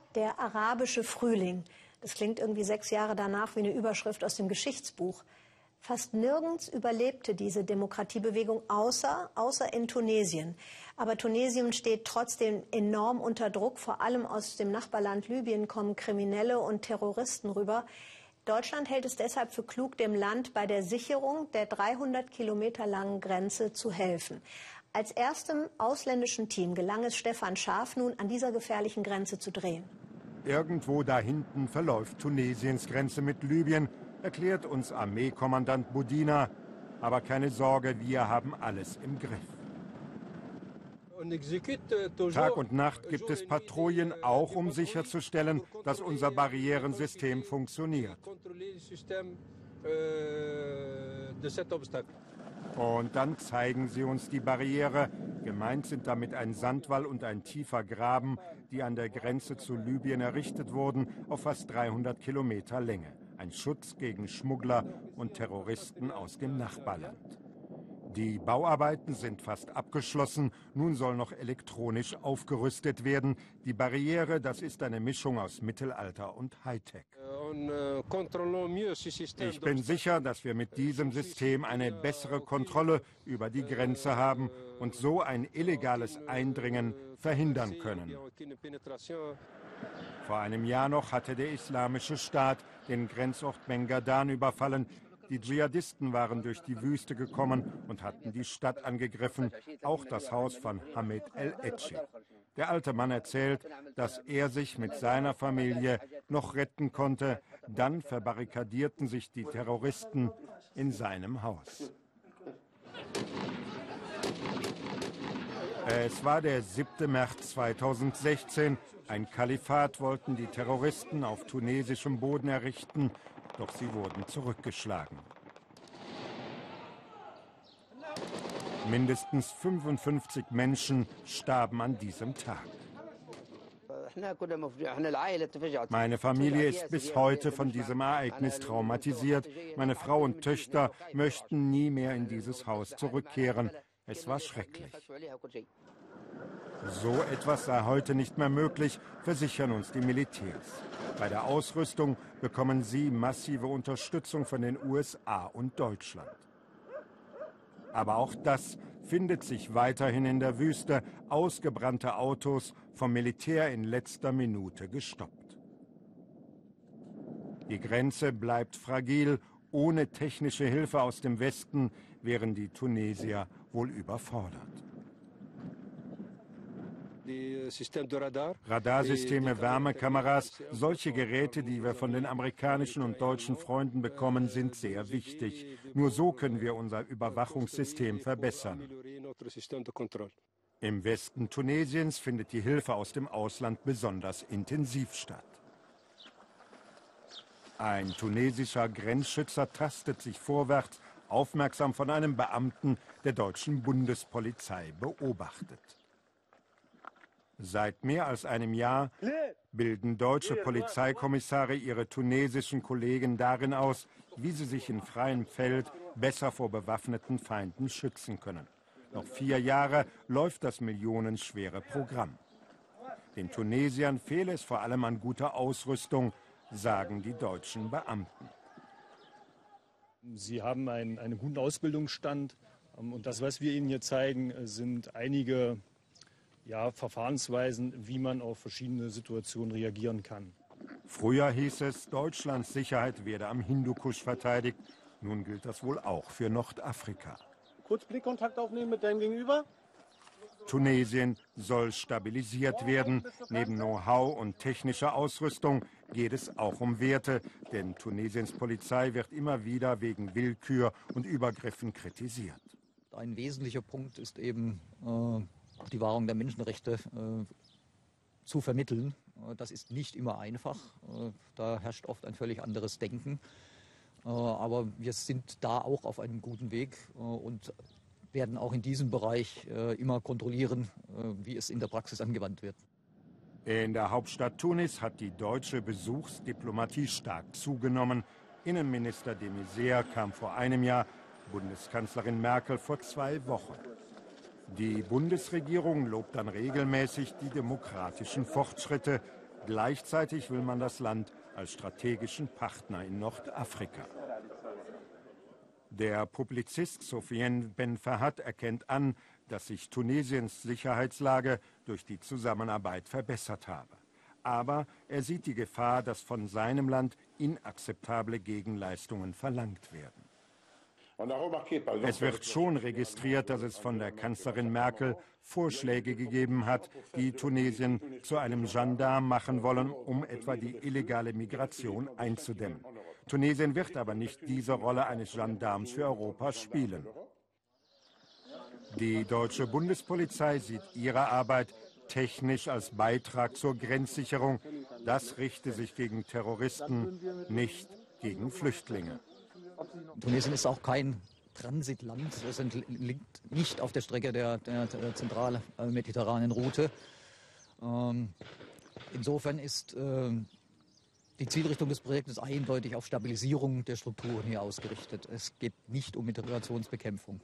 Der arabische Frühling. Das klingt irgendwie 6 Jahre danach wie eine Überschrift aus dem Geschichtsbuch. Fast nirgends überlebte diese Demokratiebewegung außer in Tunesien. Aber Tunesien steht trotzdem enorm unter Druck. Vor allem aus dem Nachbarland Libyen kommen Kriminelle und Terroristen rüber. Deutschland hält es deshalb für klug, dem Land bei der Sicherung der 300 Kilometer langen Grenze zu helfen. Als erstem ausländischen Team gelang es Stefan Scharf nun, an dieser gefährlichen Grenze zu drehen. Irgendwo da hinten verläuft Tunesiens Grenze mit Libyen, erklärt uns Armeekommandant Budina. Aber keine Sorge, wir haben alles im Griff. Tag und Nacht gibt es Patrouillen, auch um sicherzustellen, dass unser Barrierensystem funktioniert. Und dann zeigen sie uns die Barriere. Gemeint sind damit ein Sandwall und ein tiefer Graben, die an der Grenze zu Libyen errichtet wurden, auf fast 300 Kilometer Länge. Ein Schutz gegen Schmuggler und Terroristen aus dem Nachbarland. Die Bauarbeiten sind fast abgeschlossen. Nun soll noch elektronisch aufgerüstet werden. Die Barriere, das ist eine Mischung aus Mittelalter und Hightech. Ich bin sicher, dass wir mit diesem System eine bessere Kontrolle über die Grenze haben und so ein illegales Eindringen verhindern können. Vor einem Jahr noch hatte der Islamische Staat den Grenzort Mengadan überfallen. Die Dschihadisten waren durch die Wüste gekommen und hatten die Stadt angegriffen, auch das Haus von Hamed El-Etchi. Der alte Mann erzählt, dass er sich mit seiner Familie noch retten konnte. Dann verbarrikadierten sich die Terroristen in seinem Haus. Es war der 7. März 2016. Ein Kalifat wollten die Terroristen auf tunesischem Boden errichten, doch sie wurden zurückgeschlagen. Mindestens 55 Menschen starben an diesem Tag. Meine Familie ist bis heute von diesem Ereignis traumatisiert. Meine Frau und Töchter möchten nie mehr in dieses Haus zurückkehren. Es war schrecklich. So etwas sei heute nicht mehr möglich, versichern uns die Militärs. Bei der Ausrüstung bekommen sie massive Unterstützung von den USA und Deutschland. Aber auch das findet sich weiterhin in der Wüste. Ausgebrannte Autos vom Militär in letzter Minute gestoppt. Die Grenze bleibt fragil. Ohne technische Hilfe aus dem Westen wären die Tunesier wohl überfordert. Radarsysteme, Wärmekameras, solche Geräte, die wir von den amerikanischen und deutschen Freunden bekommen, sind sehr wichtig. Nur so können wir unser Überwachungssystem verbessern. Im Westen Tunesiens findet die Hilfe aus dem Ausland besonders intensiv statt. Ein tunesischer Grenzschützer tastet sich vorwärts, aufmerksam von einem Beamten der deutschen Bundespolizei beobachtet. Seit mehr als einem Jahr bilden deutsche Polizeikommissare ihre tunesischen Kollegen darin aus, wie sie sich in freiem Feld besser vor bewaffneten Feinden schützen können. Noch 4 Jahre läuft das millionenschwere Programm. Den Tunesiern fehle es vor allem an guter Ausrüstung, sagen die deutschen Beamten. Sie haben einen guten Ausbildungsstand und das, was wir Ihnen hier zeigen, sind einige Verfahrensweisen, wie man auf verschiedene Situationen reagieren kann. Früher hieß es, Deutschlands Sicherheit werde am Hindukusch verteidigt. Nun gilt das wohl auch für Nordafrika. Kurz Blickkontakt aufnehmen mit deinem Gegenüber. Tunesien soll stabilisiert werden. Neben Know-how und technischer Ausrüstung geht es auch um Werte. Denn Tunesiens Polizei wird immer wieder wegen Willkür und Übergriffen kritisiert. Ein wesentlicher Punkt ist eben die Wahrung der Menschenrechte zu vermitteln. Das ist nicht immer einfach. Da herrscht oft ein völlig anderes Denken. Aber wir sind da auch auf einem guten Weg und werden auch in diesem Bereich immer kontrollieren, wie es in der Praxis angewandt wird. In der Hauptstadt Tunis hat die deutsche Besuchsdiplomatie stark zugenommen. Innenminister de Maizière kam vor einem Jahr, Bundeskanzlerin Merkel vor 2 Wochen. Die Bundesregierung lobt dann regelmäßig die demokratischen Fortschritte. Gleichzeitig will man das Land als strategischen Partner in Nordafrika. Der Publizist Soufiane Ben Fahad erkennt an, dass sich Tunesiens Sicherheitslage durch die Zusammenarbeit verbessert habe. Aber er sieht die Gefahr, dass von seinem Land inakzeptable Gegenleistungen verlangt werden. Es wird schon registriert, dass es von der Kanzlerin Merkel Vorschläge gegeben hat, die Tunesien zu einem Gendarm machen wollen, um etwa die illegale Migration einzudämmen. Tunesien wird aber nicht diese Rolle eines Gendarms für Europa spielen. Die deutsche Bundespolizei sieht ihre Arbeit technisch als Beitrag zur Grenzsicherung. Das richte sich gegen Terroristen, nicht gegen Flüchtlinge. Tunesien ist auch kein Transitland. Es liegt nicht auf der Strecke der zentralmediterranen Route. Insofern ist die Zielrichtung des Projektes eindeutig auf Stabilisierung der Strukturen hier ausgerichtet. Es geht nicht um Migrationsbekämpfung.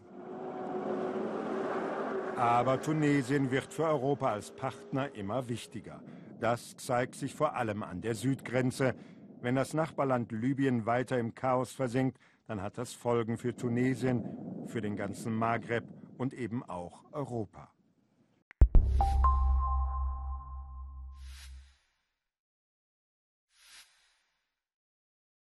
Aber Tunesien wird für Europa als Partner immer wichtiger. Das zeigt sich vor allem an der Südgrenze. Wenn das Nachbarland Libyen weiter im Chaos versinkt, dann hat das Folgen für Tunesien, für den ganzen Maghreb und eben auch Europa.